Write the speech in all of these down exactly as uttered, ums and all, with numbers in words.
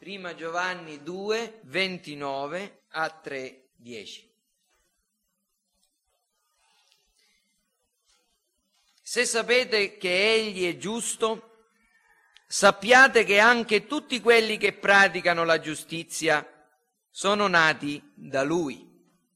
Prima Giovanni due, ventinove a tre, dieci. Se sapete che Egli è giusto, sappiate che anche tutti quelli che praticano la giustizia sono nati da Lui.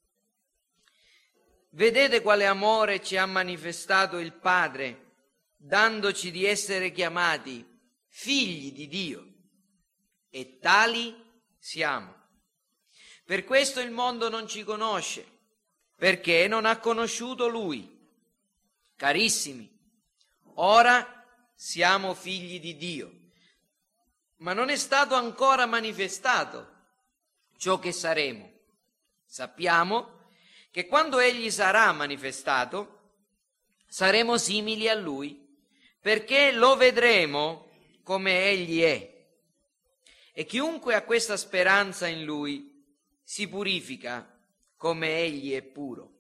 Vedete quale amore ci ha manifestato il Padre, dandoci di essere chiamati figli di Dio, e tali siamo. Per questo il mondo non ci conosce, perché non ha conosciuto Lui. Carissimi, ora siamo figli di Dio, ma non è stato ancora manifestato ciò che saremo. Sappiamo che quando Egli sarà manifestato, saremo simili a Lui, perché lo vedremo come Egli è. E chiunque ha questa speranza in Lui si purifica come Egli è puro.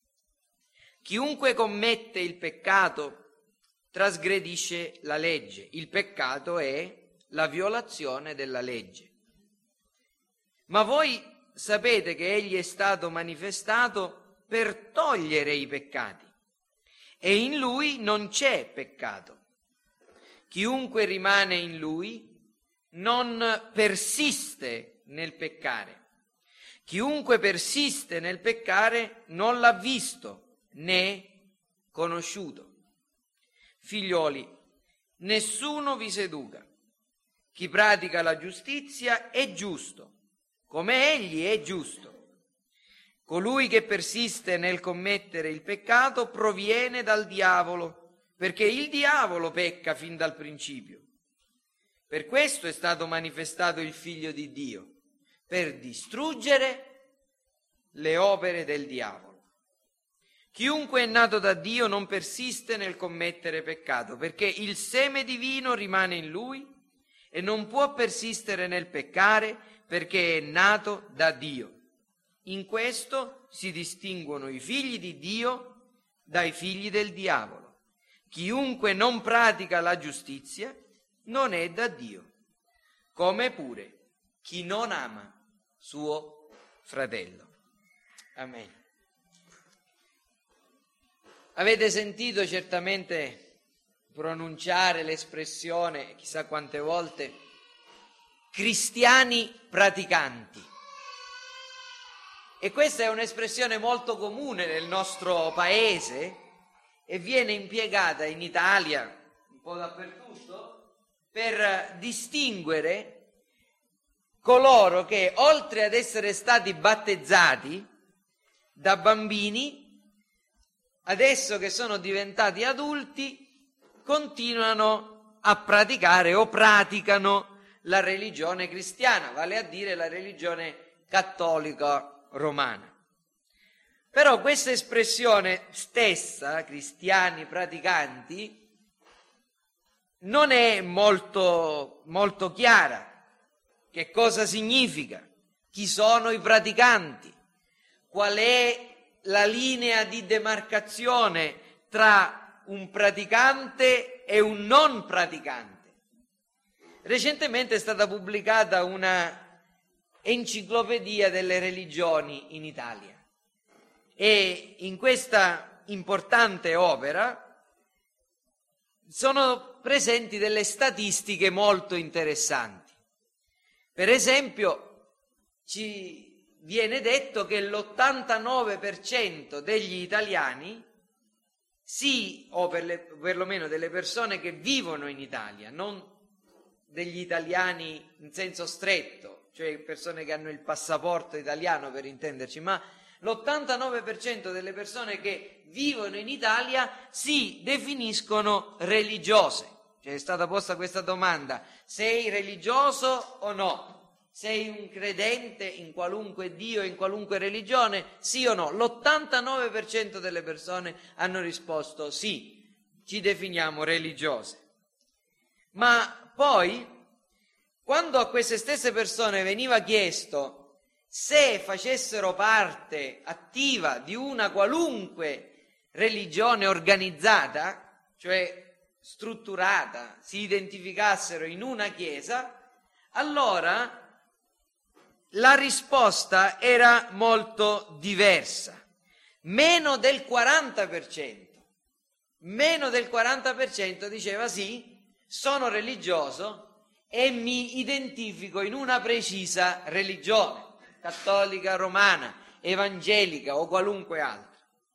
Chiunque commette il peccato trasgredisce la legge. Il peccato è la violazione della legge. Ma voi sapete che Egli è stato manifestato per togliere i peccati, e in Lui non c'è peccato. Chiunque rimane in Lui non persiste nel peccare. Chiunque persiste nel peccare non l'ha visto né conosciuto. Figlioli, nessuno vi seduca. Chi pratica la giustizia è giusto, come Egli è giusto. Colui che persiste nel commettere il peccato proviene dal diavolo, perché il diavolo pecca fin dal principio. Per questo è stato manifestato il Figlio di Dio, per distruggere le opere del diavolo. Chiunque è nato da Dio non persiste nel commettere peccato, perché il seme divino rimane in lui e non può persistere nel peccare, perché è nato da Dio. In questo si distinguono i figli di Dio dai figli del diavolo. Chiunque non pratica la giustizia non è da Dio, come pure chi non ama suo fratello. Amen. Avete sentito certamente pronunciare l'espressione, chissà quante volte, cristiani praticanti. E questa è un'espressione molto comune nel nostro paese e viene impiegata in Italia, un po' dappertutto, per distinguere coloro che, oltre ad essere stati battezzati da bambini, adesso che sono diventati adulti, continuano a praticare o praticano la religione cristiana, vale a dire la religione cattolica romana. Però questa espressione stessa, cristiani praticanti, non è molto, molto chiara. Che cosa significa? Chi sono i praticanti? Qual è la linea di demarcazione tra un praticante e un non praticante? Recentemente è stata pubblicata una enciclopedia delle religioni in Italia e in questa importante opera sono presenti delle statistiche molto interessanti. Per esempio, ci viene detto che l'ottantanove per cento degli italiani, sì, o per le, perlomeno delle persone che vivono in Italia, non degli italiani in senso stretto, cioè persone che hanno il passaporto italiano per intenderci, ma l'ottantanove per cento delle persone che vivono in Italia si definiscono religiose. Cioè è stata posta questa domanda: sei religioso o no? Sei un credente in qualunque Dio, in qualunque religione? Sì o no? L'ottantanove per cento delle persone hanno risposto sì, ci definiamo religiose. Ma poi, quando a queste stesse persone veniva chiesto se facessero parte attiva di una qualunque religione organizzata, cioè strutturata, si identificassero in una chiesa, Allora la risposta era molto diversa. Meno del quaranta per cento, meno del quaranta per cento diceva sì, sono religioso e mi identifico in una precisa religione, cattolica, romana, evangelica o qualunque altra.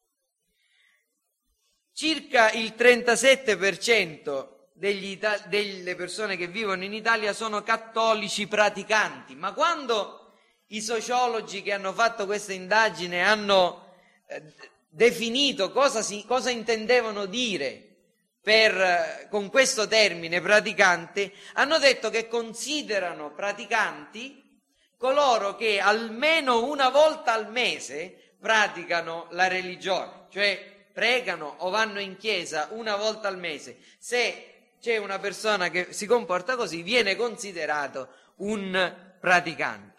Circa il trentasette per cento degli Ita- delle persone che vivono in Italia sono cattolici praticanti, ma quando i sociologi che hanno fatto questa indagine hanno eh, definito cosa, si, cosa intendevano dire per, eh, con questo termine praticante, hanno detto che considerano praticanti coloro che almeno una volta al mese praticano la religione, cioè pregano o vanno in chiesa una volta al mese. Se c'è una persona che si comporta così, viene considerato un praticante.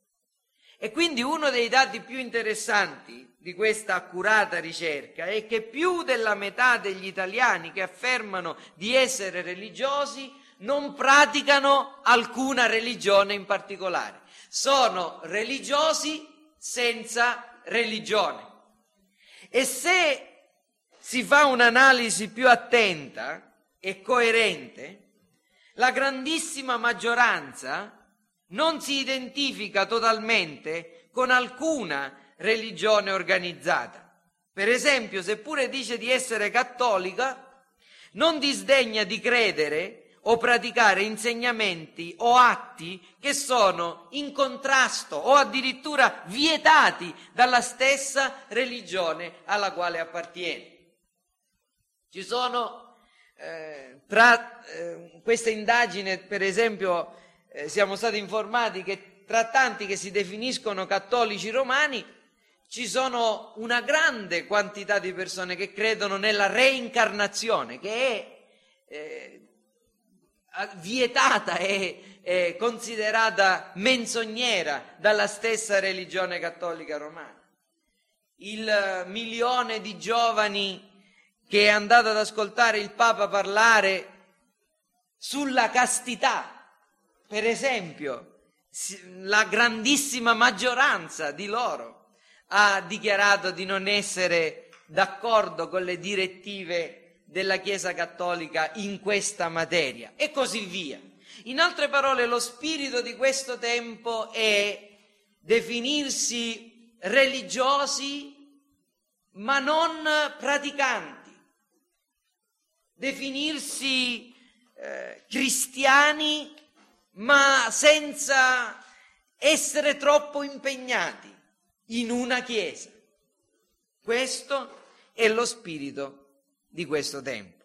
E quindi uno dei dati più interessanti di questa accurata ricerca è che più della metà degli italiani che affermano di essere religiosi non praticano alcuna religione in particolare. Sono religiosi senza religione. E se si fa un'analisi più attenta e coerente, la grandissima maggioranza non si identifica totalmente con alcuna religione organizzata. Per esempio, seppure dice di essere cattolica, non disdegna di credere o praticare insegnamenti o atti che sono in contrasto o addirittura vietati dalla stessa religione alla quale appartiene. Ci sono, eh, tra eh, questa indagine, per esempio, eh, siamo stati informati che tra tanti che si definiscono cattolici romani, ci sono una grande quantità di persone che credono nella reincarnazione, che è eh, vietata e è considerata menzognera dalla stessa religione cattolica romana. Il milione di giovani che è andato ad ascoltare il Papa parlare sulla castità, per esempio, la grandissima maggioranza di loro ha dichiarato di non essere d'accordo con le direttive della Chiesa Cattolica in questa materia, e così via. In altre parole, lo spirito di questo tempo è definirsi religiosi ma non praticanti, definirsi eh, cristiani ma senza essere troppo impegnati in una chiesa. Questo è lo spirito di questo tempo.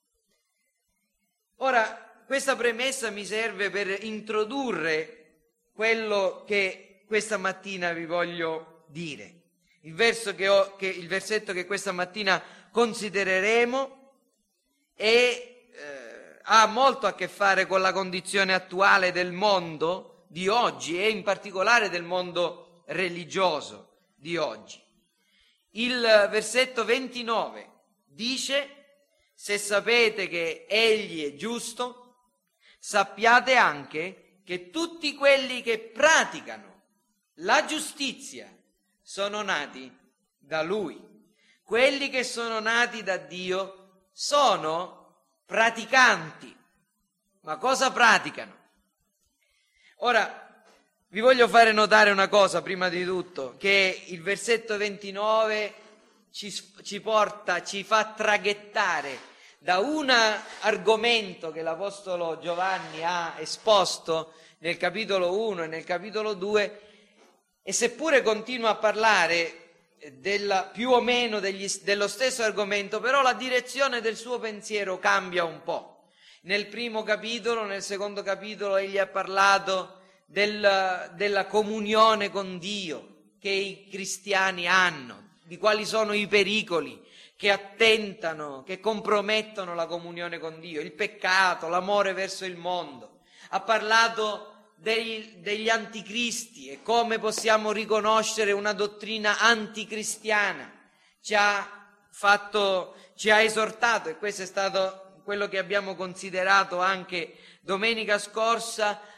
Ora, questa premessa mi serve per introdurre quello che questa mattina vi voglio dire. Il, verso che ho, che, il versetto che questa mattina considereremo è, eh, ha molto a che fare con la condizione attuale del mondo di oggi e in particolare del mondo religioso di oggi. Il versetto ventinove dice: se sapete che Egli è giusto, sappiate anche che tutti quelli che praticano la giustizia sono nati da Lui. Quelli che sono nati da Dio sono praticanti. Ma cosa praticano? Ora, vi voglio fare notare una cosa prima di tutto, che il versetto ventinove ci, ci porta, ci fa traghettare da un argomento che l'Apostolo Giovanni ha esposto nel capitolo uno e nel capitolo due, e seppure continua a parlare della, più o meno degli, dello stesso argomento, però la direzione del suo pensiero cambia un po'. Nel primo capitolo, nel secondo capitolo, egli ha parlato del, della comunione con Dio che i cristiani hanno, di quali sono i pericoli che attentano, che compromettono la comunione con Dio, il peccato, l'amore verso il mondo. Ha parlato dei, degli anticristi e come possiamo riconoscere una dottrina anticristiana. Ci ha fatto, ci ha esortato, e questo è stato quello che abbiamo considerato anche domenica scorsa,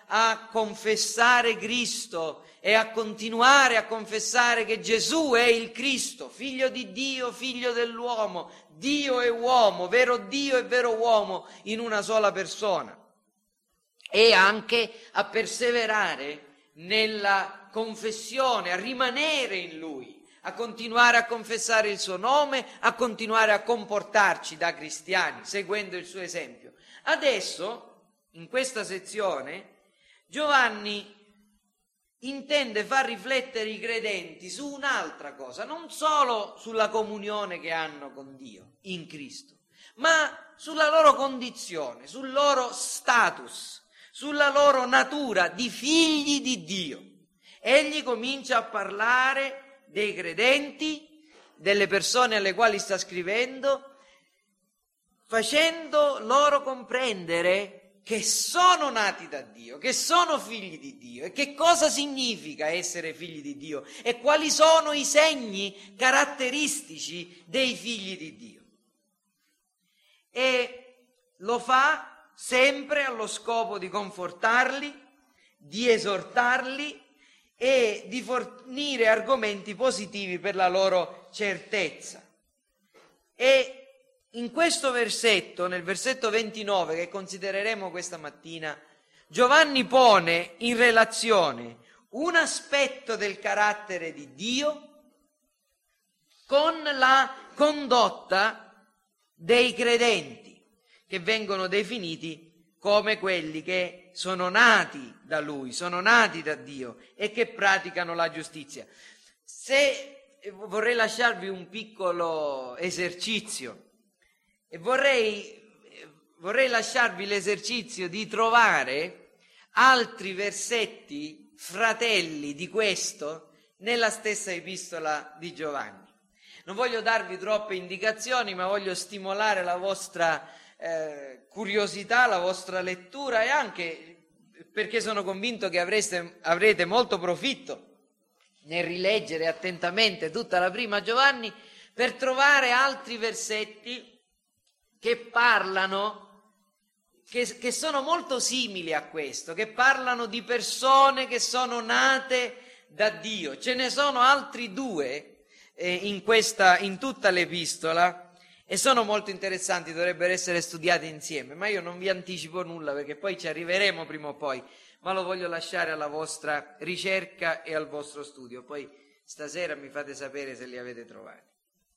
a confessare Cristo e a continuare a confessare che Gesù è il Cristo, figlio di Dio, figlio dell'uomo, Dio e uomo, vero Dio e vero uomo in una sola persona, e anche a perseverare nella confessione, a rimanere in Lui, a continuare a confessare il suo nome, a continuare a comportarci da cristiani, seguendo il suo esempio. Adesso, in questa sezione, Giovanni intende far riflettere i credenti su un'altra cosa, non solo sulla comunione che hanno con Dio in Cristo, ma sulla loro condizione, sul loro status, sulla loro natura di figli di Dio. Egli comincia a parlare dei credenti, delle persone alle quali sta scrivendo, facendo loro comprendere che sono nati da Dio, che sono figli di Dio, e che cosa significa essere figli di Dio e quali sono i segni caratteristici dei figli di Dio. E lo fa sempre allo scopo di confortarli, di esortarli e di fornire argomenti positivi per la loro certezza. E in questo versetto, nel versetto ventinove che considereremo questa mattina, Giovanni pone in relazione un aspetto del carattere di Dio con la condotta dei credenti, che vengono definiti come quelli che sono nati da Lui, sono nati da Dio e che praticano la giustizia. Se vorrei lasciarvi un piccolo esercizio, e vorrei, vorrei lasciarvi l'esercizio di trovare altri versetti fratelli di questo nella stessa epistola di Giovanni. Non voglio darvi troppe indicazioni, ma voglio stimolare la vostra eh, curiosità, la vostra lettura, e anche perché sono convinto che avreste, avrete molto profitto nel rileggere attentamente tutta la prima Giovanni per trovare altri versetti che parlano, che, che sono molto simili a questo, che parlano di persone che sono nate da Dio. Ce ne sono altri due eh, in questa, in tutta l'epistola, e sono molto interessanti, dovrebbero essere studiati insieme, ma io non vi anticipo nulla perché poi ci arriveremo prima o poi, ma lo voglio lasciare alla vostra ricerca e al vostro studio. Poi stasera mi fate sapere se li avete trovati.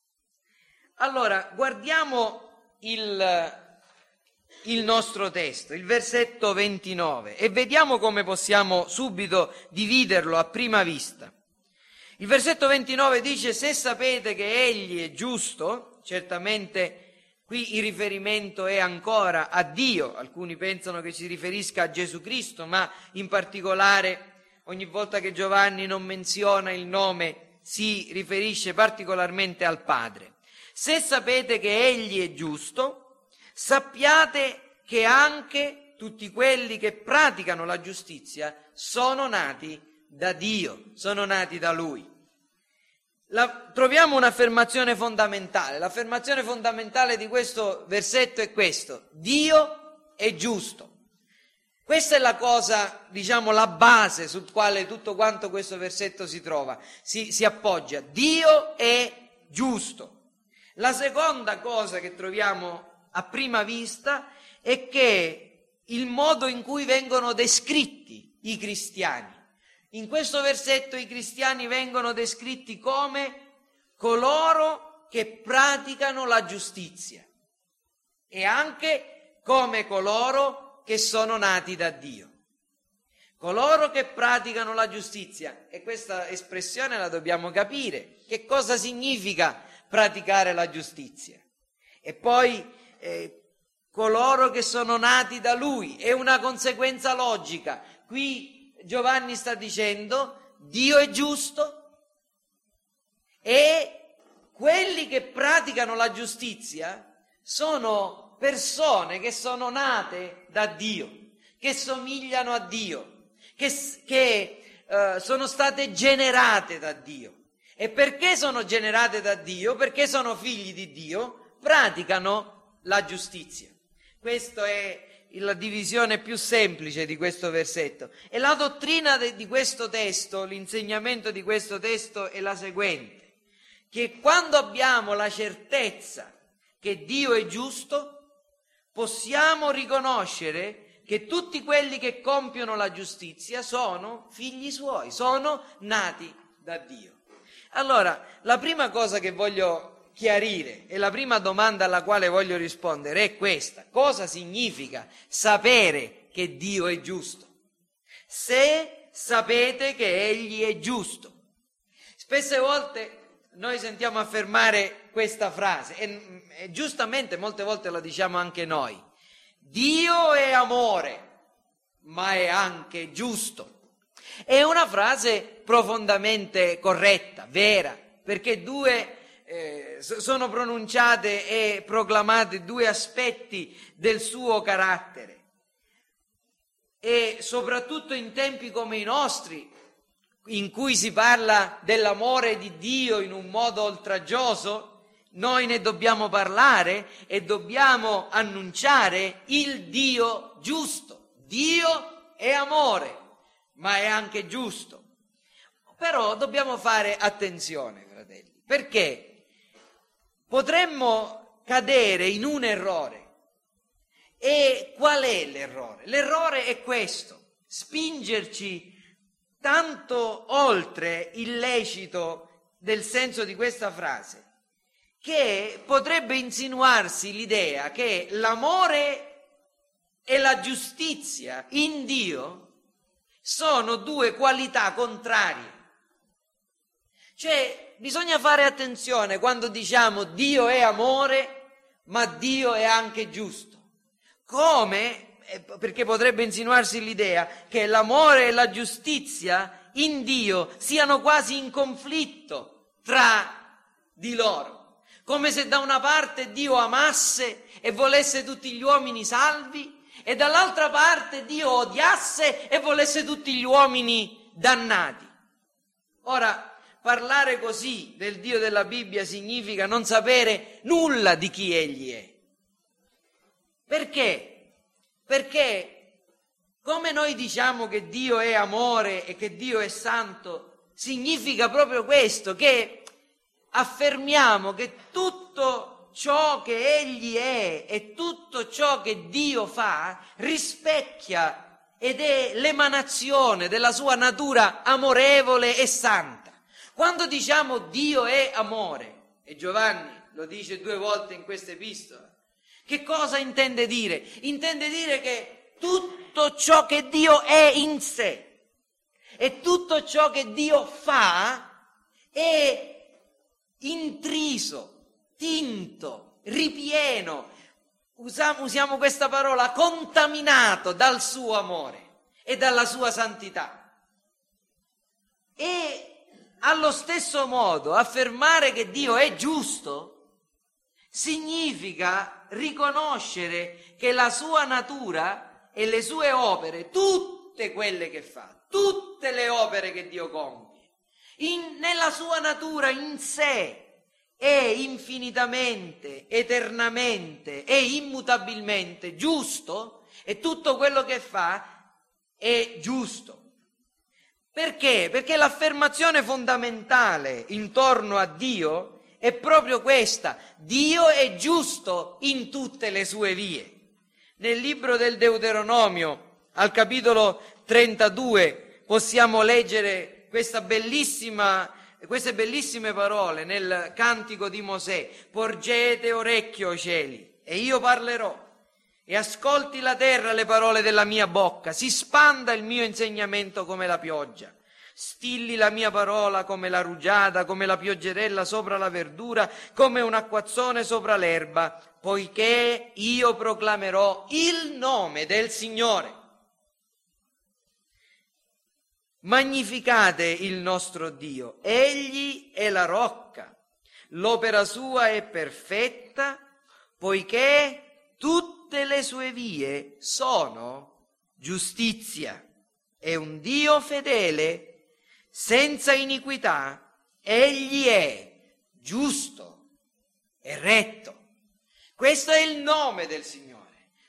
Allora, guardiamo Il, il nostro testo, il versetto ventinove, e vediamo come possiamo subito dividerlo a prima vista. Il versetto ventinove dice: se sapete che egli è giusto, certamente qui il riferimento è ancora a Dio, alcuni pensano che si riferisca a Gesù Cristo, ma in particolare ogni volta che Giovanni non menziona il nome si riferisce particolarmente al Padre. Se sapete che egli è giusto, sappiate che anche tutti quelli che praticano la giustizia sono nati da Dio, sono nati da Lui. La, troviamo un'affermazione fondamentale. L'affermazione fondamentale di questo versetto è questo: Dio è giusto. Questa è la cosa, diciamo, la base sul quale tutto quanto questo versetto si trova, si, si appoggia. Dio è giusto. La seconda cosa che troviamo a prima vista è che il modo in cui vengono descritti i cristiani. In questo versetto i cristiani vengono descritti come coloro che praticano la giustizia e anche come coloro che sono nati da Dio. Coloro che praticano la giustizia, e questa espressione la dobbiamo capire. Che cosa significa praticare la giustizia? E poi eh, coloro che sono nati da Lui, è una conseguenza logica. Qui Giovanni sta dicendo: Dio è giusto e quelli che praticano la giustizia sono persone che sono nate da Dio, che somigliano a Dio, che, che eh, sono state generate da Dio. E perché sono generate da Dio? Perché sono figli di Dio, praticano la giustizia. Questo è la divisione più semplice di questo versetto. E la dottrina de, di questo testo, l'insegnamento di questo testo è la seguente: che quando abbiamo la certezza che Dio è giusto, possiamo riconoscere che tutti quelli che compiono la giustizia sono figli suoi, sono nati da Dio. Allora, la prima cosa che voglio chiarire e la prima domanda alla quale voglio rispondere è questa: cosa significa sapere che Dio è giusto? Se sapete che Egli è giusto. Spesse volte noi sentiamo affermare questa frase e, e giustamente molte volte la diciamo anche noi: Dio è amore, ma è anche giusto. È una frase profondamente corretta, vera, perché due Eh, sono pronunciate e proclamate due aspetti del suo carattere, e soprattutto in tempi come i nostri, in cui si parla dell'amore di Dio in un modo oltraggioso, noi ne dobbiamo parlare e dobbiamo annunciare il Dio giusto. Dio è amore, ma è anche giusto. Però dobbiamo fare attenzione, fratelli, perché potremmo cadere in un errore. E qual è l'errore? L'errore è questo: spingerci tanto oltre il lecito del senso di questa frase, che potrebbe insinuarsi l'idea che l'amore e la giustizia in Dio sono due qualità contrarie. Cioè, bisogna fare attenzione quando diciamo Dio è amore, ma Dio è anche giusto. Come? Perché potrebbe insinuarsi l'idea che l'amore e la giustizia in Dio siano quasi in conflitto tra di loro. Come se da una parte Dio amasse e volesse tutti gli uomini salvi, e dall'altra parte Dio odiasse e volesse tutti gli uomini dannati. Ora, parlare così del Dio della Bibbia significa non sapere nulla di chi Egli è. Perché? Perché come noi diciamo che Dio è amore e che Dio è santo, significa proprio questo, che affermiamo che tutto ciò che Egli è e tutto ciò che Dio fa rispecchia ed è l'emanazione della sua natura amorevole e santa. Quando diciamo Dio è amore, e Giovanni lo dice due volte in questa epistola, che cosa intende dire? Intende dire che tutto ciò che Dio è in sé e tutto ciò che Dio fa è intriso, tinto, ripieno, usiamo, usiamo questa parola, contaminato dal suo amore e dalla sua santità. E allo stesso modo, affermare che Dio è giusto significa riconoscere che la sua natura e le sue opere, tutte quelle che fa, tutte le opere che Dio compie, in, nella sua natura in sé è infinitamente, eternamente e immutabilmente giusto, e tutto quello che fa è giusto. Perché? Perché l'affermazione fondamentale intorno a Dio è proprio questa: Dio è giusto in tutte le sue vie. Nel libro del Deuteronomio, al capitolo trentadue, possiamo leggere questa bellissima, queste bellissime parole nel cantico di Mosè: porgete orecchio, o cieli, e io parlerò. E ascolti la terra le parole della mia bocca, si spanda il mio insegnamento come la pioggia, stilli la mia parola come la rugiada, come la pioggerella sopra la verdura, come un acquazzone sopra l'erba, poiché io proclamerò il nome del Signore. Magnificate il nostro Dio, Egli è la rocca, l'opera sua è perfetta, poiché tutti Tutte le sue vie sono giustizia. È un Dio fedele, senza iniquità, Egli è giusto e retto. Questo è il nome del Signore.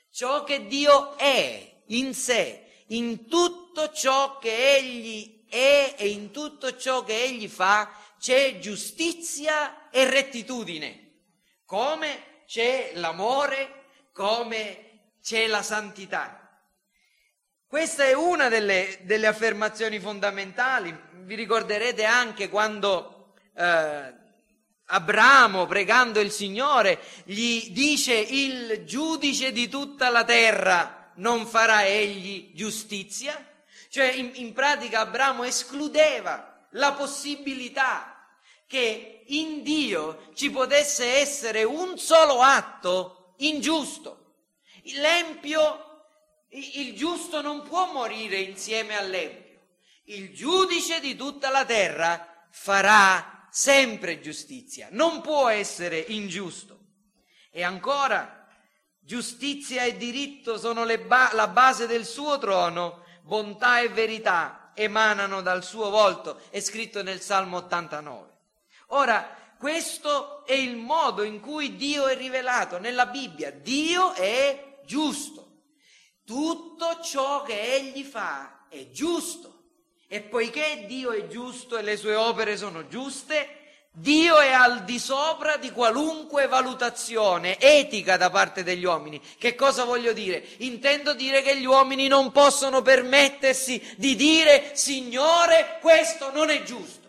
ciò che Dio è in sé, in tutto ciò che Egli è e in tutto ciò che Egli fa c'è giustizia e rettitudine, come c'è l'amore, come c'è la santità. Questa è una delle, delle affermazioni fondamentali. Vi ricorderete anche quando eh, Abramo, pregando il Signore, gli dice: il giudice di tutta la terra non farà egli giustizia? Cioè in, in pratica Abramo escludeva la possibilità che in Dio ci potesse essere un solo atto ingiusto. L'empio, il giusto non può morire insieme all'empio. Il giudice di tutta la terra farà sempre giustizia, non può essere ingiusto. E ancora, giustizia e diritto sono le ba- la base del suo trono, bontà e verità emanano dal suo volto, è scritto nel Salmo ottantanove. Ora, questo è il modo in cui Dio è rivelato nella Bibbia. Dio è giusto. Tutto ciò che Egli fa è giusto. E poiché Dio è giusto e le sue opere sono giuste, Dio è al di sopra di qualunque valutazione etica da parte degli uomini. Che cosa voglio dire? Intendo dire che gli uomini non possono permettersi di dire: Signore, questo non è giusto.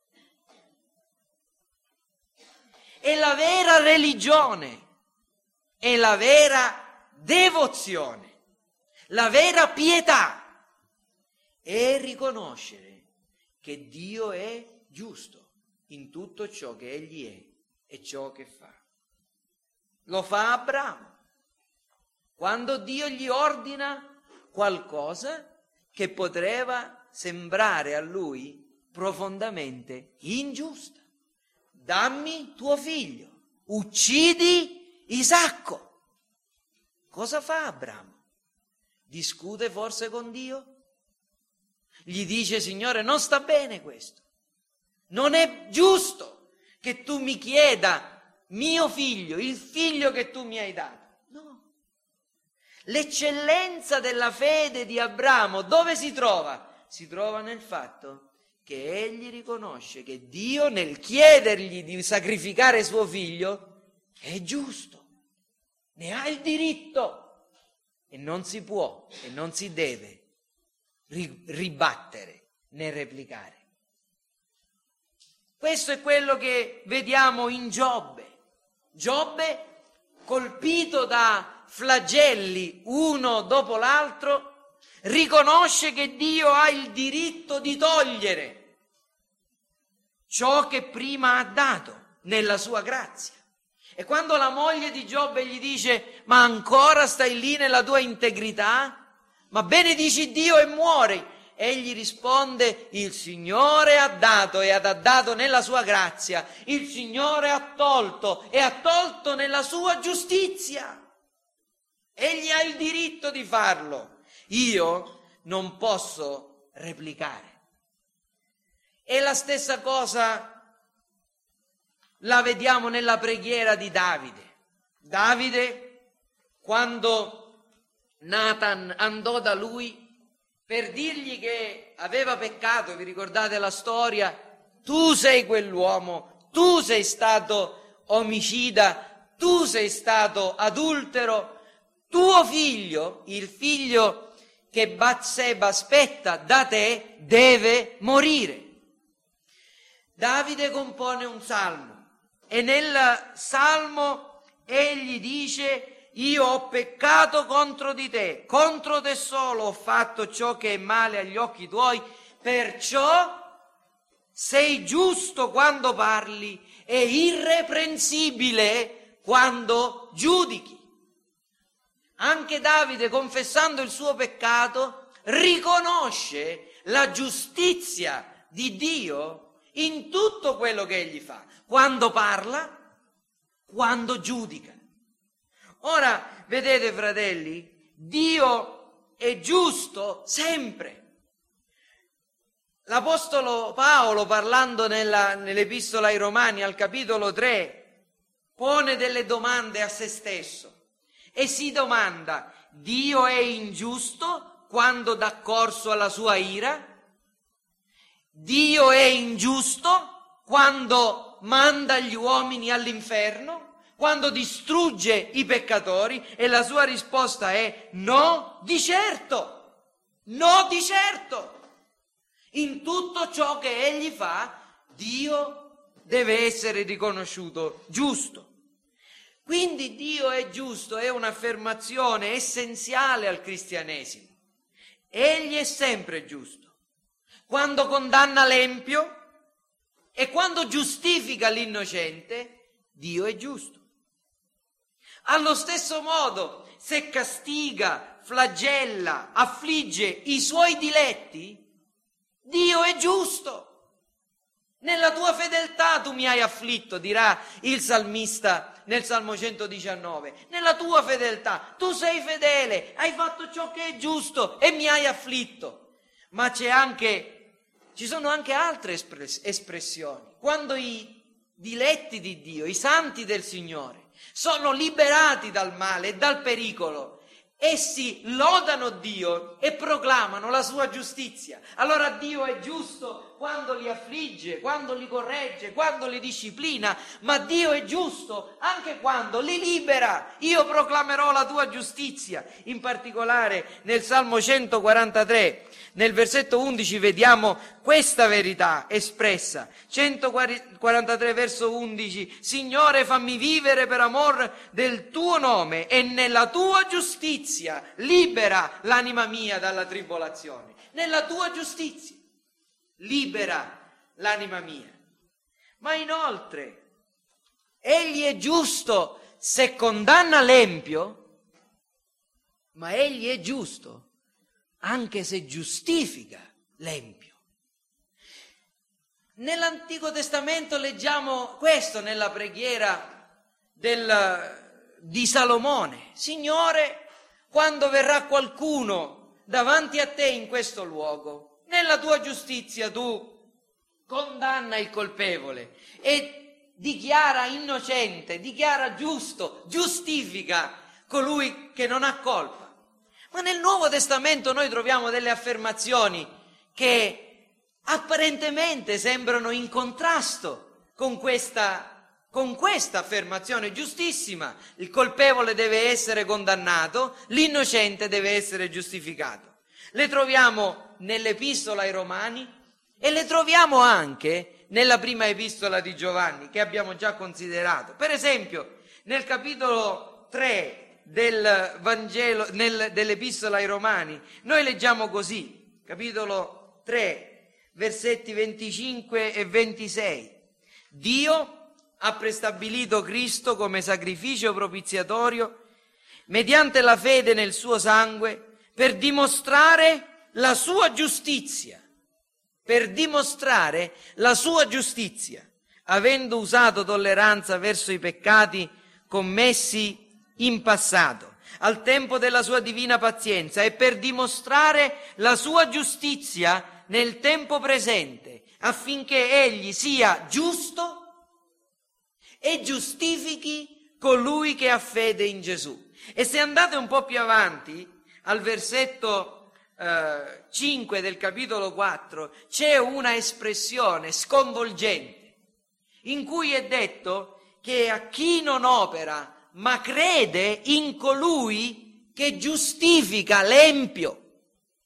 E la vera religione, è la vera devozione, la vera pietà è riconoscere che Dio è giusto in tutto ciò che Egli è e ciò che fa. Lo fa Abramo quando Dio gli ordina qualcosa che poteva sembrare a lui profondamente ingiusta. Dammi tuo figlio, uccidi Isacco. Cosa fa Abramo? Discute forse con Dio? Gli dice: Signore, non sta bene questo, non è giusto che tu mi chieda mio figlio, il figlio che tu mi hai dato. No. L'eccellenza della fede di Abramo dove si trova? Si trova nel fatto che egli riconosce che Dio, nel chiedergli di sacrificare suo figlio, è giusto, ne ha il diritto e non si può e non si deve ribattere né replicare. Questo è quello che vediamo in Giobbe. Giobbe, colpito da flagelli uno dopo l'altro, riconosce che Dio ha il diritto di togliere ciò che prima ha dato nella sua grazia. E quando la moglie di Giobbe gli dice: ma ancora stai lì nella tua integrità? Ma benedici Dio e muori. Egli risponde: il Signore ha dato e ha dato nella sua grazia, il Signore ha tolto e ha tolto nella sua giustizia. Egli ha il diritto di farlo, io non posso replicare. E la stessa cosa la vediamo nella preghiera di Davide. Davide, quando Nathan andò da lui per dirgli che aveva peccato, vi ricordate la storia? Tu sei quell'uomo, tu sei stato omicida, tu sei stato adultero, tuo figlio, il figlio che Batseba aspetta da te, deve morire. Davide compone un salmo e nel salmo egli dice: io ho peccato contro di te, contro te solo ho fatto ciò che è male agli occhi tuoi, perciò sei giusto quando parli e irreprensibile quando giudichi. Anche Davide, confessando il suo peccato, riconosce la giustizia di Dio in tutto quello che egli fa, quando parla, quando giudica. Ora, vedete fratelli, Dio è giusto sempre. L'Apostolo Paolo, parlando nella, nell'Epistola ai Romani al capitolo tre, pone delle domande a se stesso e si domanda: Dio è ingiusto quando dà corso alla sua ira? Dio è ingiusto quando manda gli uomini all'inferno, quando distrugge i peccatori? E la sua risposta è no, di certo, no, di certo. In tutto ciò che egli fa, Dio deve essere riconosciuto giusto. Quindi Dio è giusto è un'affermazione essenziale al cristianesimo. Egli è sempre giusto. Quando condanna l'empio e quando giustifica l'innocente, Dio è giusto. Allo stesso modo, se castiga, flagella, affligge i suoi diletti, Dio è giusto. Nella tua fedeltà tu mi hai afflitto, dirà il salmista nel Salmo centodiciannove. Nella tua fedeltà, tu sei fedele, hai fatto ciò che è giusto e mi hai afflitto. Ma c'è anche, ci sono anche altre espress- espressioni. Quando i diletti di Dio, i santi del Signore, sono liberati dal male e dal pericolo, essi lodano Dio e proclamano la sua giustizia. Allora Dio è giusto quando li affligge, quando li corregge, quando li disciplina, ma Dio è giusto anche quando li libera. Io proclamerò la tua giustizia. In particolare nel Salmo centoquarantatré, nel versetto undici, vediamo questa verità espressa. centoquarantatré verso undici: Signore, fammi vivere per amor del tuo nome e nella tua giustizia libera l'anima mia dalla tribolazione. Nella tua giustizia libera l'anima mia. Ma inoltre, egli è giusto se condanna l'empio, ma egli è giusto anche se giustifica l'empio. Nell'Antico Testamento leggiamo questo nella preghiera del, di Salomone: Signore, quando verrà qualcuno davanti a te in questo luogo, nella tua giustizia tu condanna il colpevole e dichiara innocente, dichiara giusto, giustifica colui che non ha colpa. Ma nel Nuovo Testamento noi troviamo delle affermazioni che apparentemente sembrano in contrasto con questa, con questa affermazione giustissima. Il colpevole deve essere condannato, l'innocente deve essere giustificato. Le troviamo nell'Epistola ai Romani e le troviamo anche nella prima epistola di Giovanni, che abbiamo già considerato. Per esempio, nel capitolo tre del Vangelo, nel, dell'Epistola ai Romani, noi leggiamo così, capitolo tre, versetti venticinque e ventisei: Dio ha prestabilito Cristo come sacrificio propiziatorio mediante la fede nel suo sangue per dimostrare la sua giustizia, per dimostrare la sua giustizia, avendo usato tolleranza verso i peccati commessi in passato, al tempo della sua divina pazienza, e per dimostrare la sua giustizia nel tempo presente, affinché egli sia giusto e giustifichi colui che ha fede in Gesù. E se andate un po' più avanti, al versetto eh, cinque del capitolo quattro, c'è una espressione sconvolgente, in cui è detto che a chi non opera ma crede in colui che giustifica l'empio.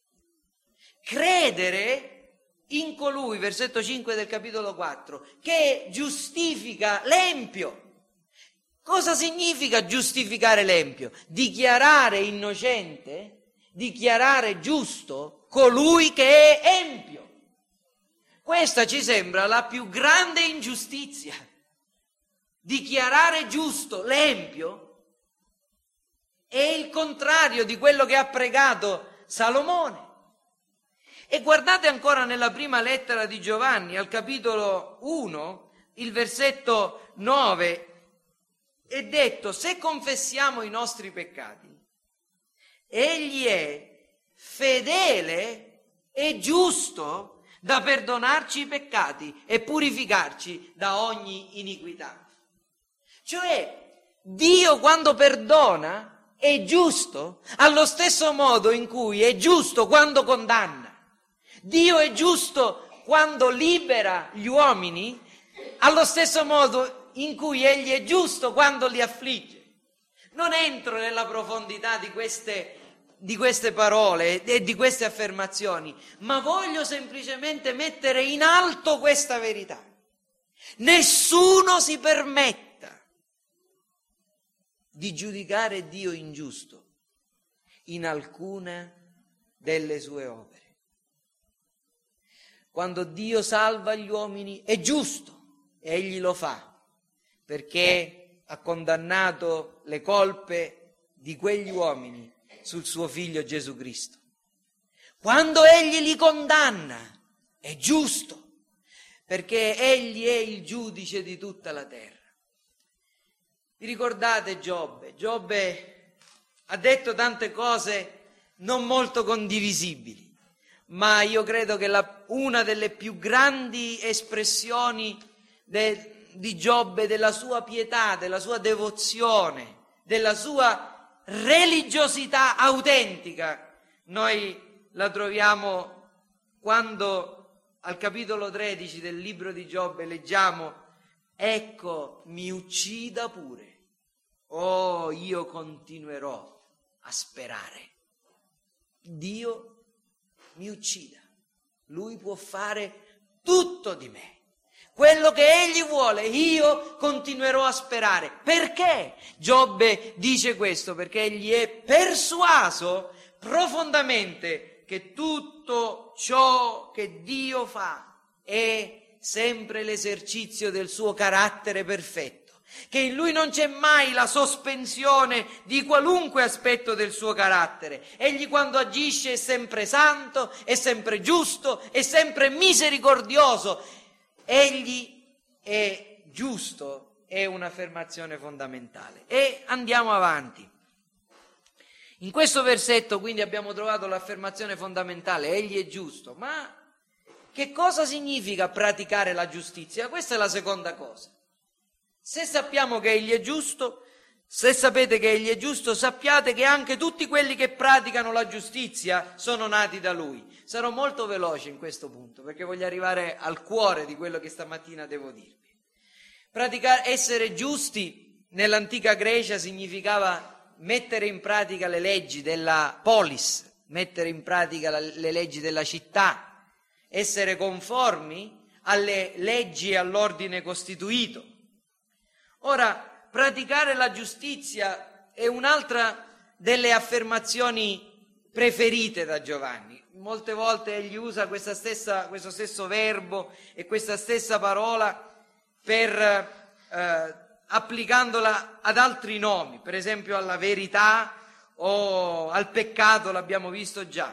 Credere in colui, versetto cinque del capitolo quattro, che giustifica l'empio. Cosa significa giustificare l'empio? Dichiarare innocente, dichiarare giusto colui che è empio. Questa ci sembra la più grande ingiustizia. Dichiarare giusto l'empio è il contrario di quello che ha pregato Salomone. E guardate ancora nella prima lettera di Giovanni, al capitolo uno, il versetto nove, è detto: se confessiamo i nostri peccati, egli è fedele e giusto da perdonarci i peccati e purificarci da ogni iniquità. Cioè, Dio quando perdona è giusto allo stesso modo in cui è giusto quando condanna. Dio è giusto quando libera gli uomini, allo stesso modo in cui Egli è giusto quando li affligge. Non entro nella profondità di queste di queste parole e di queste affermazioni, ma voglio semplicemente mettere in alto questa verità. Nessuno si permetta di giudicare Dio ingiusto in alcuna delle sue opere. Quando Dio salva gli uomini è giusto, e Egli lo fa, perché ha condannato le colpe di quegli uomini sul suo figlio Gesù Cristo. Quando Egli li condanna è giusto, perché Egli è il giudice di tutta la terra. Vi ricordate Giobbe? Giobbe ha detto tante cose non molto condivisibili, ma io credo che la, una delle più grandi espressioni de, di Giobbe, della sua pietà, della sua devozione, della sua religiosità autentica, noi la troviamo quando al capitolo tredici del libro di Giobbe leggiamo: ecco, mi uccida pure, oh, io continuerò a sperare. Dio mi uccida, Lui può fare tutto di me. Quello che Egli vuole, io continuerò a sperare. Perché Giobbe dice questo? Perché egli è persuaso profondamente che tutto ciò che Dio fa è sempre l'esercizio del suo carattere perfetto, che in Lui non c'è mai la sospensione di qualunque aspetto del suo carattere. Egli quando agisce è sempre santo, è sempre giusto, è sempre misericordioso. Egli è giusto, è un'affermazione fondamentale. E andiamo avanti. In questo versetto quindi abbiamo trovato l'affermazione fondamentale: Egli è giusto. Ma che cosa significa praticare la giustizia? Questa è la seconda cosa. Se sappiamo che Egli è giusto, se sapete che Egli è giusto, sappiate che anche tutti quelli che praticano la giustizia sono nati da Lui. Sarò molto veloce in questo punto, perché voglio arrivare al cuore di quello che stamattina devo dirvi. Praticare, essere giusti nell'antica Grecia significava mettere in pratica le leggi della polis, mettere in pratica la, le leggi della città, essere conformi alle leggi e all'ordine costituito. Ora, praticare la giustizia è un'altra delle affermazioni preferite da Giovanni. Molte volte egli usa questa stessa, questo stesso verbo e questa stessa parola per eh, applicandola ad altri nomi, per esempio alla verità o al peccato, l'abbiamo visto già.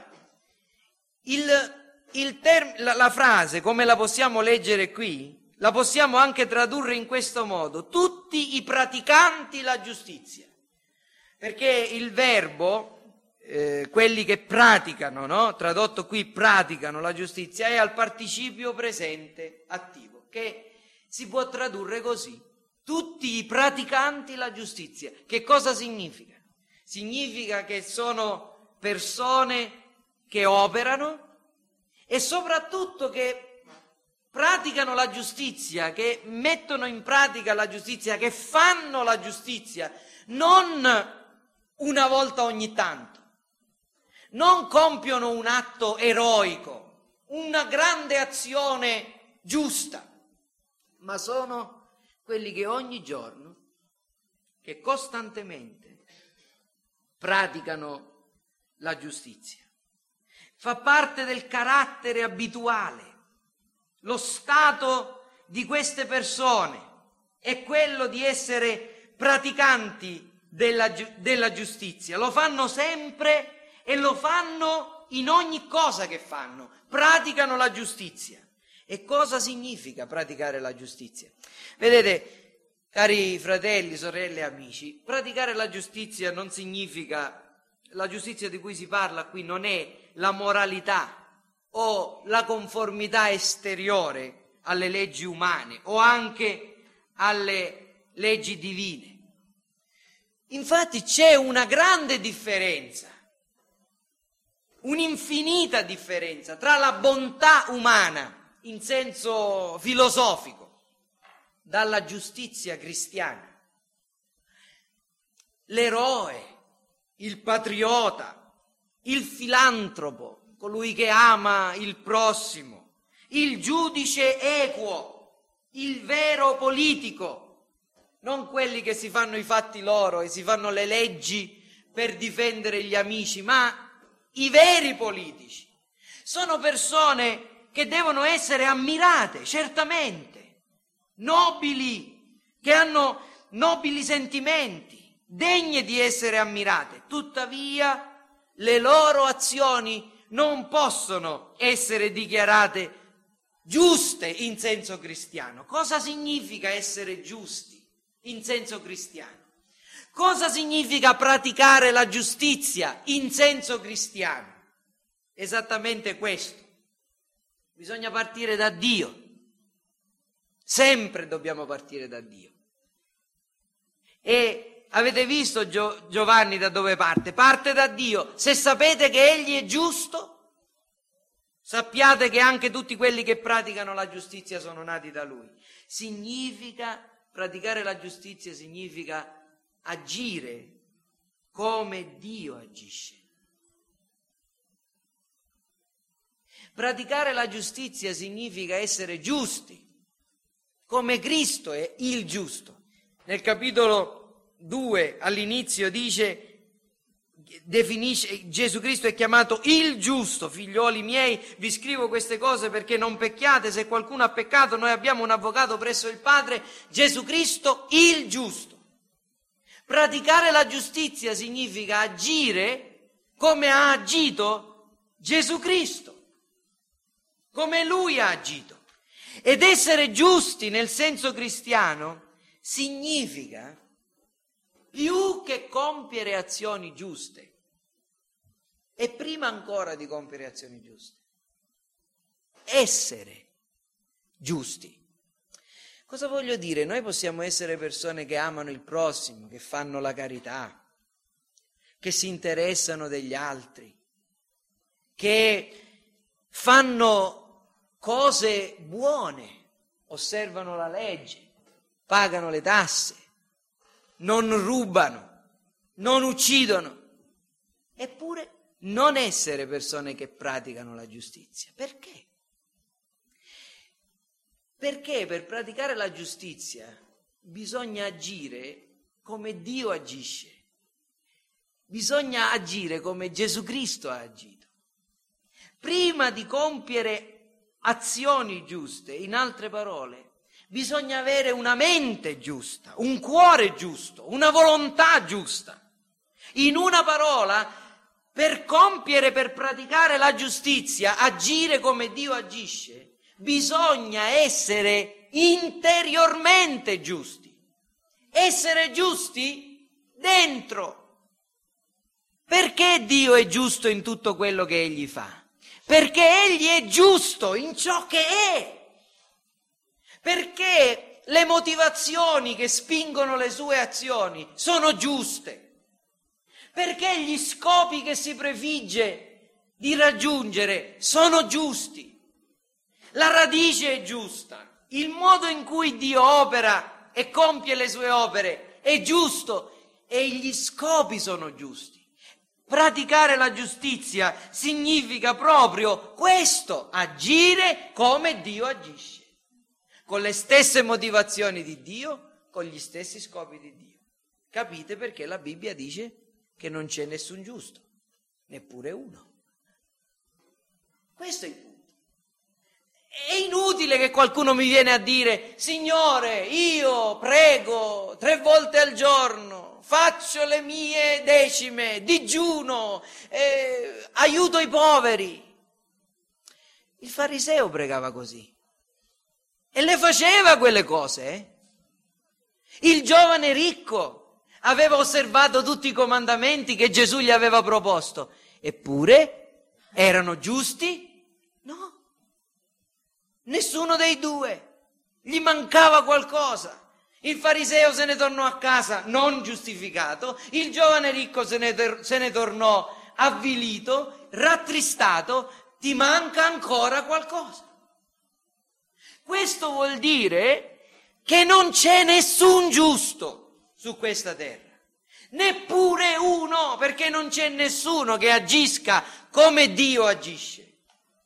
Il, il term, la, la frase, come la possiamo leggere qui, la possiamo anche tradurre in questo modo: tutti i praticanti la giustizia, perché il verbo, eh, quelli che praticano, no? Tradotto qui praticano la giustizia, è al participio presente attivo, che si può tradurre così: tutti i praticanti la giustizia. Che cosa significa? Significa che sono persone che operano e soprattutto che praticano la giustizia, che mettono in pratica la giustizia, che fanno la giustizia, non una volta ogni tanto, non compiono un atto eroico, una grande azione giusta, ma sono quelli che ogni giorno, che costantemente praticano la giustizia. Fa parte del carattere abituale. Lo stato di queste persone è quello di essere praticanti della, della giustizia. Lo fanno sempre e lo fanno in ogni cosa che fanno. Praticano la giustizia. E cosa significa praticare la giustizia? Vedete, cari fratelli, sorelle, amici, praticare la giustizia non significa, la giustizia di cui si parla qui non è la moralità o la conformità esteriore alle leggi umane o anche alle leggi divine. Infatti c'è una grande differenza, un'infinita differenza tra la bontà umana in senso filosofico dalla giustizia cristiana. L'eroe, il patriota, il filantropo, colui che ama il prossimo, il giudice equo, il vero politico, non quelli che si fanno i fatti loro e si fanno le leggi per difendere gli amici, ma i veri politici. Sono persone che devono essere ammirate, certamente, nobili, che hanno nobili sentimenti, degne di essere ammirate. Tuttavia, le loro azioni non possono essere dichiarate giuste in senso cristiano. Cosa significa essere giusti in senso cristiano? Cosa significa praticare la giustizia in senso cristiano? Esattamente questo. Bisogna partire da Dio. Sempre dobbiamo partire da Dio. E avete visto Gio- Giovanni da dove parte? Parte da Dio. Se sapete che Egli è giusto, sappiate che anche tutti quelli che praticano la giustizia sono nati da Lui. Significa, praticare la giustizia significa agire come Dio agisce. Praticare la giustizia significa essere giusti, come Cristo è il giusto. Nel capitolo due all'inizio dice, definisce, Gesù Cristo è chiamato il giusto. Figlioli miei, vi scrivo queste cose perché non pecchiate. Se qualcuno ha peccato, noi abbiamo un avvocato presso il Padre, Gesù Cristo il giusto. Praticare la giustizia significa agire come ha agito Gesù Cristo, come Lui ha agito. Ed essere giusti nel senso cristiano significa, più che compiere azioni giuste, e prima ancora di compiere azioni giuste, essere giusti. Cosa voglio dire? Noi possiamo essere persone che amano il prossimo, che fanno la carità, che si interessano degli altri, che fanno cose buone, osservano la legge, pagano le tasse, non rubano, non uccidono, eppure non essere persone che praticano la giustizia. Perché? Perché per praticare la giustizia bisogna agire come Dio agisce, bisogna agire come Gesù Cristo ha agito. Prima di compiere azioni giuste, in altre parole, bisogna avere una mente giusta, un cuore giusto, una volontà giusta. In una parola, per compiere, per praticare la giustizia, agire come Dio agisce, bisogna essere interiormente giusti, essere giusti dentro. Perché Dio è giusto in tutto quello che Egli fa? Perché Egli è giusto in ciò che è. Perché le motivazioni che spingono le sue azioni sono giuste. Perché gli scopi che si prefigge di raggiungere sono giusti. La radice è giusta, il modo in cui Dio opera e compie le sue opere è giusto e gli scopi sono giusti. Praticare la giustizia significa proprio questo, agire come Dio agisce, con le stesse motivazioni di Dio, con gli stessi scopi di Dio. Capite perché la Bibbia dice che non c'è nessun giusto, neppure uno. Questo è il punto. È inutile che qualcuno mi viene a dire: Signore, io prego tre volte al giorno, faccio le mie decime, digiuno, eh, aiuto i poveri. Il fariseo pregava così e le faceva quelle cose. Eh? Il giovane ricco aveva osservato tutti i comandamenti che Gesù gli aveva proposto, eppure erano giusti? No. Nessuno dei due, gli mancava qualcosa. Il fariseo se ne tornò a casa non giustificato, il giovane ricco se ne, se ne tornò avvilito, rattristato, ti manca ancora qualcosa. Questo vuol dire che non c'è nessun giusto su questa terra, neppure uno, perché non c'è nessuno che agisca come Dio agisce.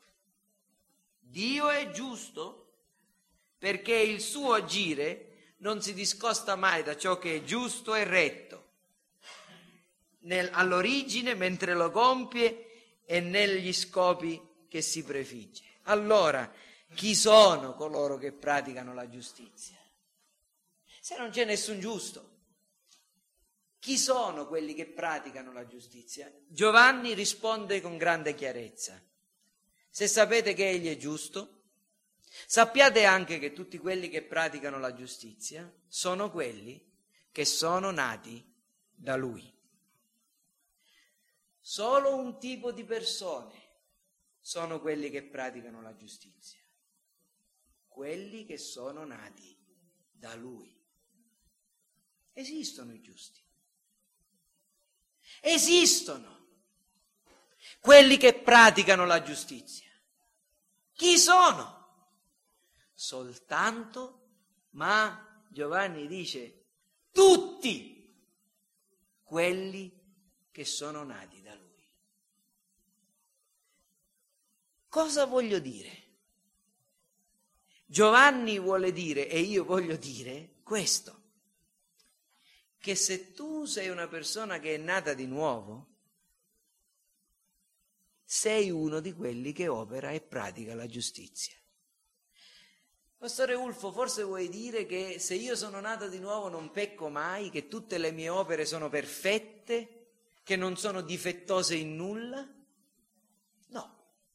Dio è giusto perché il suo agire non si discosta mai da ciò che è giusto e retto, nel, all'origine, mentre lo compie e negli scopi che si prefigge. Allora, chi sono coloro che praticano la giustizia? Se non c'è nessun giusto, chi sono quelli che praticano la giustizia? Giovanni risponde con grande chiarezza: se sapete che egli è giusto, sappiate anche che tutti quelli che praticano la giustizia sono quelli che sono nati da lui. Solo un tipo di persone sono quelli che praticano la giustizia: quelli che sono nati da lui. Esistono i giusti, esistono quelli che praticano la giustizia. Chi sono? Soltanto, ma Giovanni dice tutti quelli che sono nati da lui. Cosa voglio dire? Giovanni vuole dire, e io voglio dire questo, che se tu sei una persona che è nata di nuovo, sei uno di quelli che opera e pratica la giustizia. Pastore Ulfo, forse vuoi dire che se io sono nato di nuovo non pecco mai, che tutte le mie opere sono perfette, che non sono difettose in nulla? No.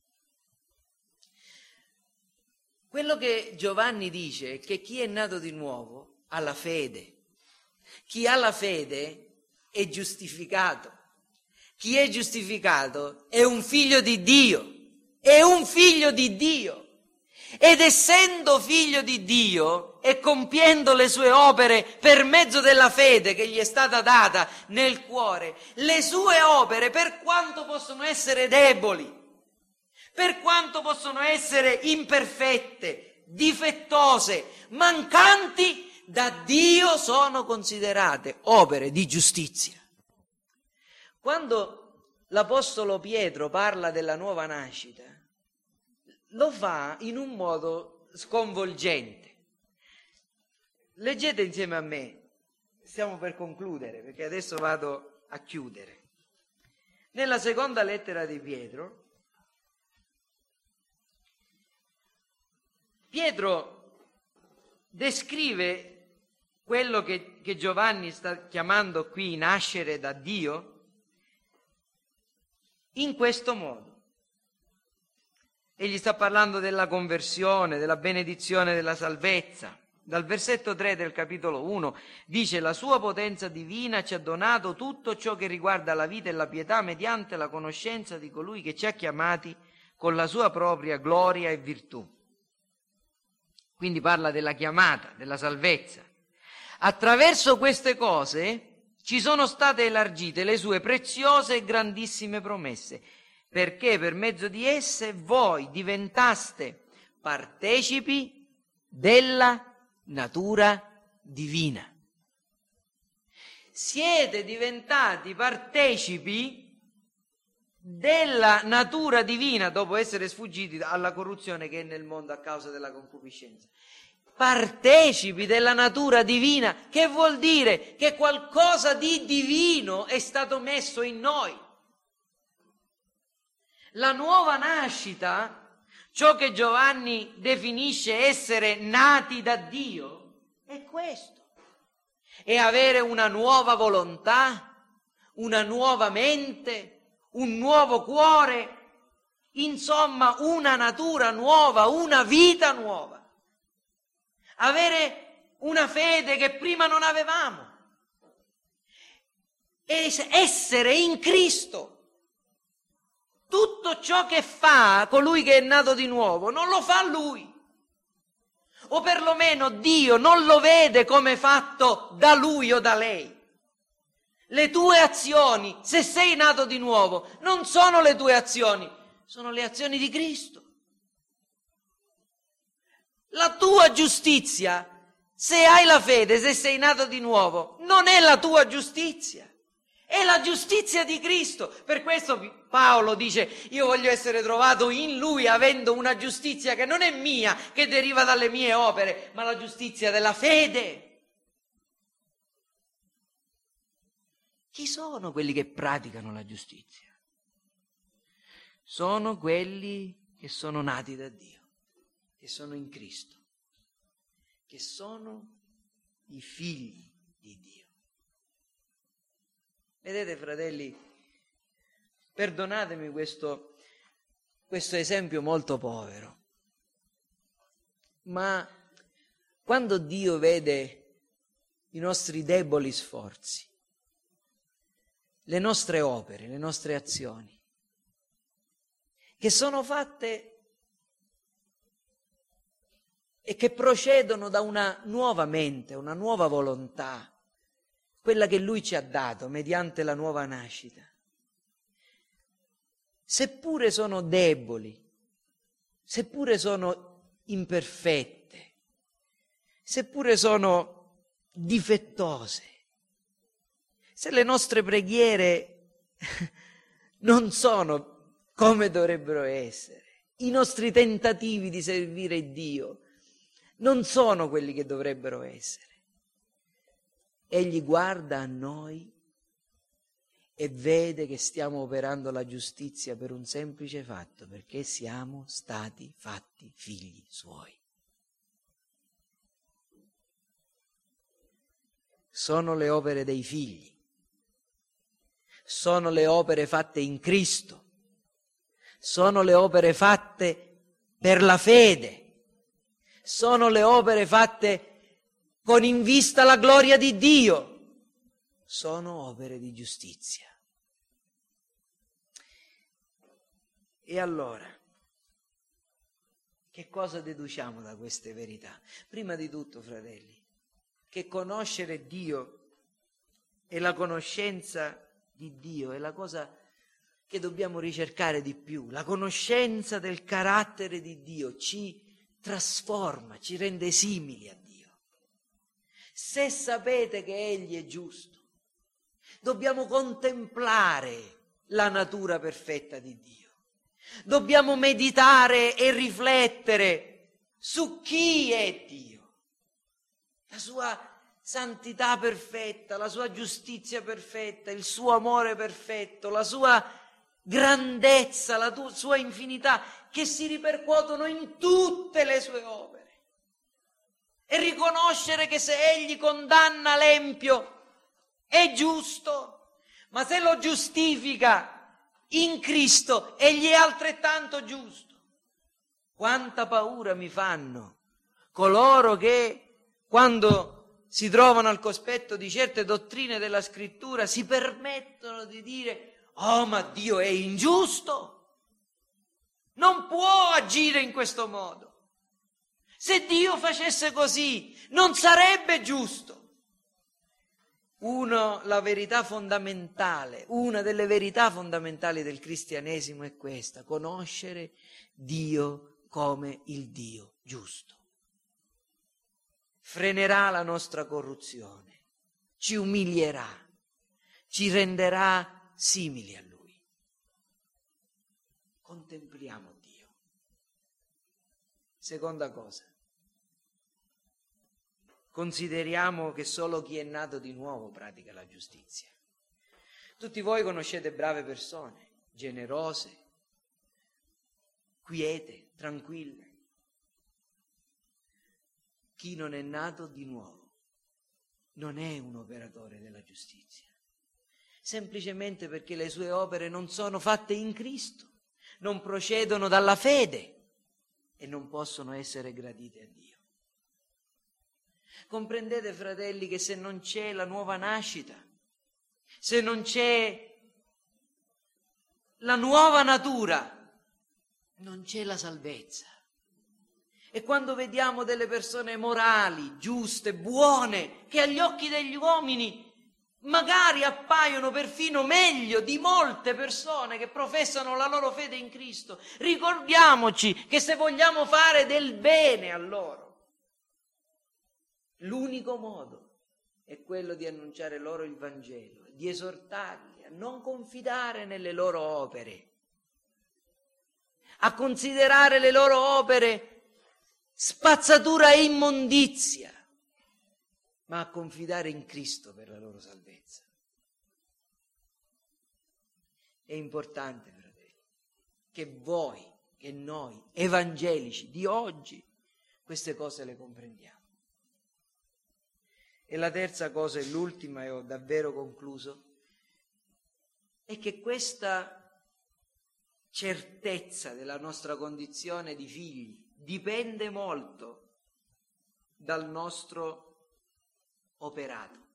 Quello che Giovanni dice è che chi è nato di nuovo ha la fede. Chi ha la fede è giustificato. Chi è giustificato è un figlio di Dio. È un figlio di Dio. Ed essendo figlio di Dio e compiendo le sue opere per mezzo della fede che gli è stata data nel cuore, le sue opere, per quanto possono essere deboli, per quanto possono essere imperfette, difettose, mancanti, da Dio sono considerate opere di giustizia. Quando l'Apostolo Pietro parla della nuova nascita, lo fa in un modo sconvolgente. Leggete insieme a me, stiamo per concludere, perché adesso vado a chiudere. Nella seconda lettera di Pietro, Pietro descrive quello che, che Giovanni sta chiamando qui nascere da Dio in questo modo. Egli sta parlando della conversione, della benedizione, della salvezza. Dal versetto tre del capitolo uno dice: la sua potenza divina ci ha donato tutto ciò che riguarda la vita e la pietà mediante la conoscenza di colui che ci ha chiamati con la sua propria gloria e virtù. Quindi parla della chiamata, della salvezza. Attraverso queste cose ci sono state elargite le sue preziose e grandissime promesse, perché per mezzo di esse voi diventaste partecipi della natura divina. Siete diventati partecipi della natura divina dopo essere sfuggiti alla corruzione che è nel mondo a causa della concupiscenza. Partecipi della natura divina, che vuol dire che qualcosa di divino è stato messo in noi. La nuova nascita, ciò che Giovanni definisce essere nati da Dio, è questo. È avere una nuova volontà, una nuova mente, un nuovo cuore, insomma una natura nuova, una vita nuova. Avere una fede che prima non avevamo. E essere in Cristo. Tutto ciò che fa colui che è nato di nuovo non lo fa lui. o perlomeno Dio non lo vede come fatto da lui o da lei. Le tue azioni, se sei nato di nuovo, non sono le tue azioni, sono le azioni di Cristo. La tua giustizia, se hai la fede, se sei nato di nuovo, non è la tua giustizia, è la giustizia di Cristo. Per questo Paolo dice: io voglio essere trovato in Lui, avendo una giustizia che non è mia, che deriva dalle mie opere, ma la giustizia della fede. Chi sono quelli che praticano la giustizia? Sono quelli che sono nati da Dio, che sono in Cristo, che sono i figli di Dio. Vedete, fratelli, perdonatemi questo, questo esempio molto povero, ma quando Dio vede i nostri deboli sforzi, le nostre opere, le nostre azioni, che sono fatte e che procedono da una nuova mente, una nuova volontà, quella che Lui ci ha dato mediante la nuova nascita. Seppure sono deboli, seppure sono imperfette, seppure sono difettose, se le nostre preghiere non sono come dovrebbero essere, i nostri tentativi di servire Dio non sono quelli che dovrebbero essere, Egli guarda a noi e vede che stiamo operando la giustizia per un semplice fatto, perché siamo stati fatti figli Suoi. Sono le opere dei figli, sono le opere fatte in Cristo, sono le opere fatte per la fede, sono le opere fatte con in vista la gloria di Dio, sono opere di giustizia. E allora, che cosa deduciamo da queste verità? Prima di tutto, fratelli, che conoscere Dio e la conoscenza di Dio è la cosa che dobbiamo ricercare di più. La conoscenza del carattere di Dio ci trasforma, ci rende simili a Dio. Se sapete che Egli è giusto, dobbiamo contemplare la natura perfetta di Dio. Dobbiamo meditare e riflettere su chi è Dio, la sua santità perfetta, la sua giustizia perfetta, il suo amore perfetto, la sua grandezza, la tu- sua infinità, che si ripercuotono in tutte le sue opere. E riconoscere che se Egli condanna l'empio è giusto, ma se lo giustifica in Cristo Egli è altrettanto giusto. Quanta paura mi fanno coloro che, quando si trovano al cospetto di certe dottrine della Scrittura, si permettono di dire: oh, ma Dio è ingiusto, non può agire in questo modo. Se Dio facesse così, non sarebbe giusto. Uno, la verità fondamentale, una delle verità fondamentali del cristianesimo è questa: conoscere Dio come il Dio giusto. Frenerà la nostra corruzione, ci umilierà, ci renderà simili a Lui. Contempliamo Dio. Seconda cosa, consideriamo che solo chi è nato di nuovo pratica la giustizia. Tutti voi conoscete brave persone, generose, quiete, tranquille. Chi non è nato di nuovo non è un operatore della giustizia, semplicemente perché le sue opere non sono fatte in Cristo, non procedono dalla fede e non possono essere gradite a Dio. Comprendete, fratelli, che se non c'è la nuova nascita, se non c'è la nuova natura, non c'è la salvezza. E quando vediamo delle persone morali, giuste, buone, che agli occhi degli uomini magari appaiono perfino meglio di molte persone che professano la loro fede in Cristo, ricordiamoci che se vogliamo fare del bene a loro, l'unico modo è quello di annunciare loro il Vangelo, di esortarli a non confidare nelle loro opere, a considerare le loro opere spazzatura e immondizia, ma a confidare in Cristo per la loro salvezza. È importante, fratelli, che voi, che noi, evangelici di oggi, queste cose le comprendiamo. E la terza cosa, e l'ultima, e ho davvero concluso, è che questa certezza della nostra condizione di figli dipende molto dal nostro operato.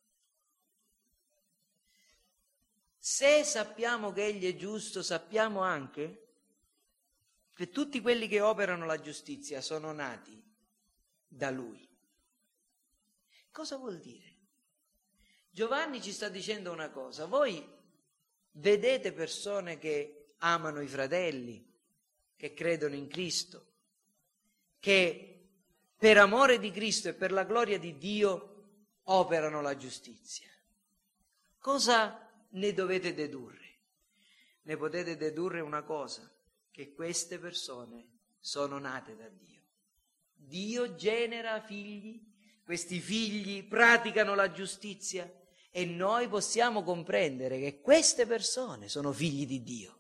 Se sappiamo che Egli è giusto, sappiamo anche che tutti quelli che operano la giustizia sono nati da Lui. Cosa vuol dire? Giovanni ci sta dicendo una cosa: voi vedete persone che amano i fratelli, che credono in Cristo, che per amore di Cristo e per la gloria di Dio operano la giustizia. Cosa ne dovete dedurre? Ne potete dedurre una cosa: che queste persone sono nate da Dio. Dio genera figli, questi figli praticano la giustizia e noi possiamo comprendere che queste persone sono figli di Dio.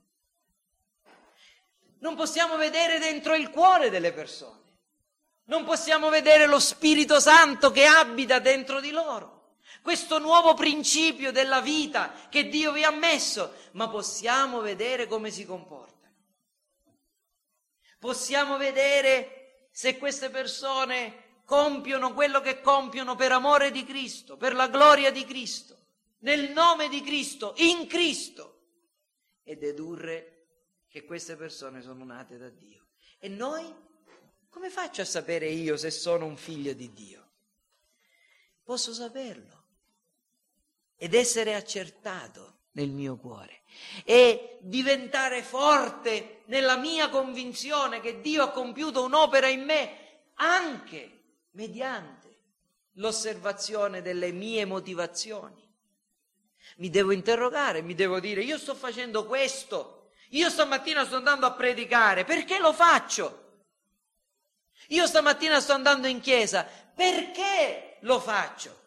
Non possiamo vedere dentro il cuore delle persone. Non possiamo vedere lo Spirito Santo che abita dentro di loro, questo nuovo principio della vita che Dio vi ha messo, ma possiamo vedere come si comportano. Possiamo vedere se queste persone compiono quello che compiono per amore di Cristo, per la gloria di Cristo, nel nome di Cristo, in Cristo, e dedurre che queste persone sono nate da Dio. E noi? Come faccio a sapere io se sono un figlio di Dio? Posso saperlo ed essere accertato nel mio cuore e diventare forte nella mia convinzione che Dio ha compiuto un'opera in me anche mediante l'osservazione delle mie motivazioni. Mi devo interrogare, mi devo dire: io sto facendo questo, io stamattina sto andando a predicare, perché lo faccio? Io stamattina sto andando in chiesa, perché lo faccio?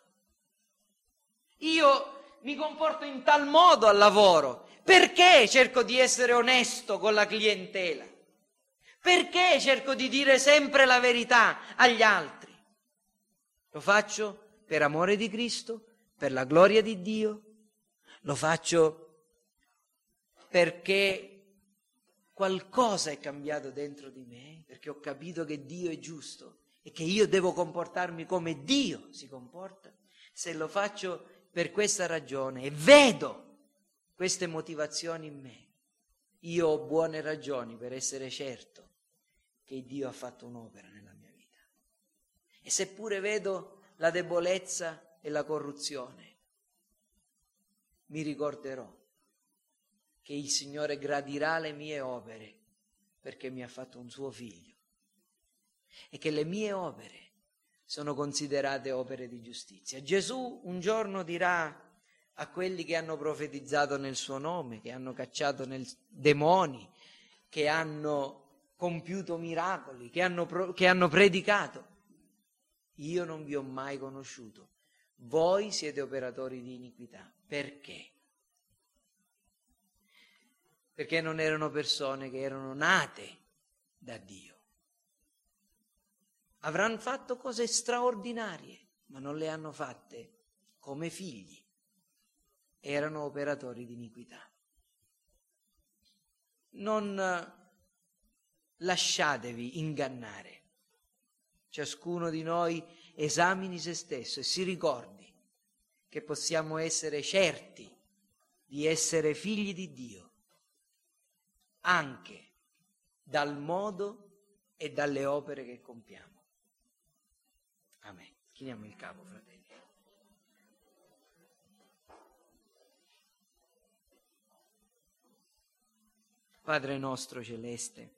Io mi comporto in tal modo al lavoro, perché cerco di essere onesto con la clientela? Perché cerco di dire sempre la verità agli altri? Lo faccio per amore di Cristo, per la gloria di Dio? Lo faccio perché qualcosa è cambiato dentro di me, perché ho capito che Dio è giusto e che io devo comportarmi come Dio si comporta? Se lo faccio per questa ragione e vedo queste motivazioni in me, io ho buone ragioni per essere certo che Dio ha fatto un'opera nella mia vita. E seppure vedo la debolezza e la corruzione, mi ricorderò che il Signore gradirà le mie opere perché mi ha fatto un suo figlio e che le mie opere sono considerate opere di giustizia. Gesù un giorno dirà a quelli che hanno profetizzato nel suo nome, che hanno cacciato nel demoni, che hanno compiuto miracoli, che hanno, che hanno predicato: io non vi ho mai conosciuto, voi siete operatori di iniquità. Perché? Perché non erano persone che erano nate da Dio. Avranno fatto cose straordinarie, ma non le hanno fatte come figli. Erano operatori di iniquità. Non lasciatevi ingannare. Ciascuno di noi esamini se stesso e si ricordi che possiamo essere certi di essere figli di Dio anche dal modo e dalle opere che compiamo. Amen. Chiniamo il capo, fratelli. Padre nostro celeste,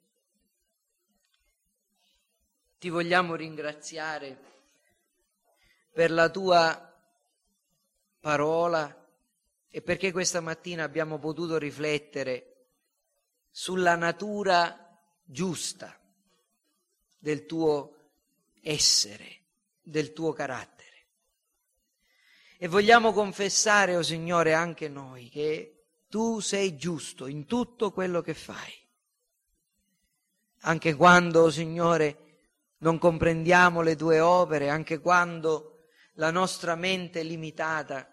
ti vogliamo ringraziare per la tua parola e perché questa mattina abbiamo potuto riflettere sulla natura giusta del tuo essere, del tuo carattere. E vogliamo confessare, o oh Signore, anche noi che tu sei giusto in tutto quello che fai. Anche quando, oh Signore, non comprendiamo le tue opere, anche quando la nostra mente limitata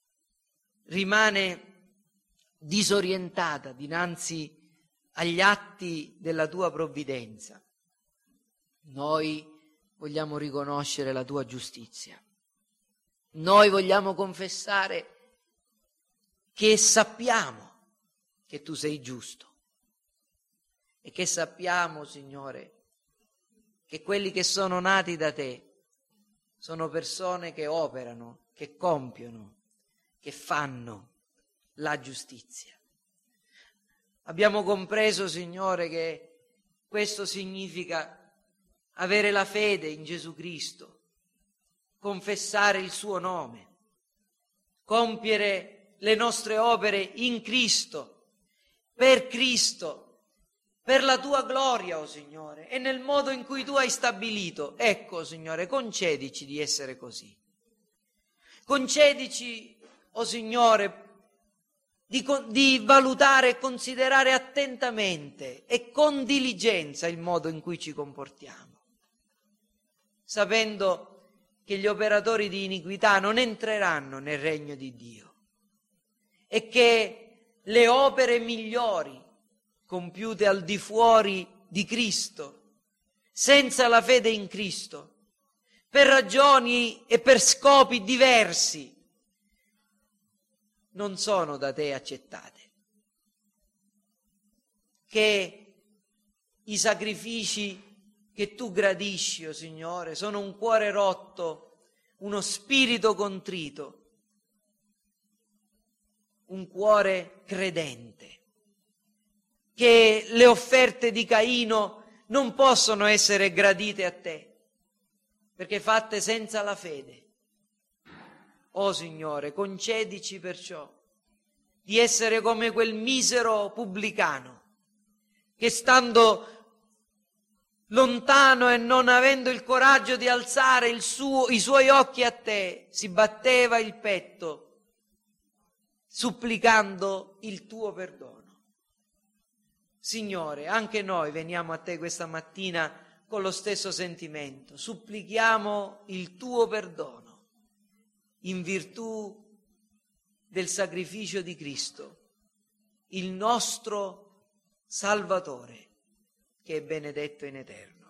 rimane disorientata dinanzi agli atti della tua provvidenza, noi vogliamo riconoscere la tua giustizia. Noi vogliamo confessare che sappiamo che tu sei giusto e che sappiamo, Signore, che quelli che sono nati da te sono persone che operano, che compiono, che fanno la giustizia. Abbiamo compreso, Signore, che questo significa avere la fede in Gesù Cristo, confessare il suo nome, compiere le nostre opere in Cristo, per Cristo, per la tua gloria, o oh Signore, e nel modo in cui tu hai stabilito. Ecco, Signore, concedici di essere così. Concedici, o oh Signore, di, di valutare e considerare attentamente e con diligenza il modo in cui ci comportiamo, sapendo che gli operatori di iniquità non entreranno nel regno di Dio e che le opere migliori compiute al di fuori di Cristo, senza la fede in Cristo, per ragioni e per scopi diversi, non sono da te accettate. Che i sacrifici che tu gradisci, o oh Signore, sono un cuore rotto, uno spirito contrito, un cuore credente, che le offerte di Caino non possono essere gradite a te, perché fatte senza la fede. O Signore, concedici perciò di essere come quel misero pubblicano che, stando lontano e non avendo il coraggio di alzare il suo, i suoi occhi a te, si batteva il petto supplicando il tuo perdono. Signore, anche noi veniamo a te questa mattina con lo stesso sentimento, supplichiamo il tuo perdono in virtù del sacrificio di Cristo, il nostro Salvatore, che è benedetto in eterno.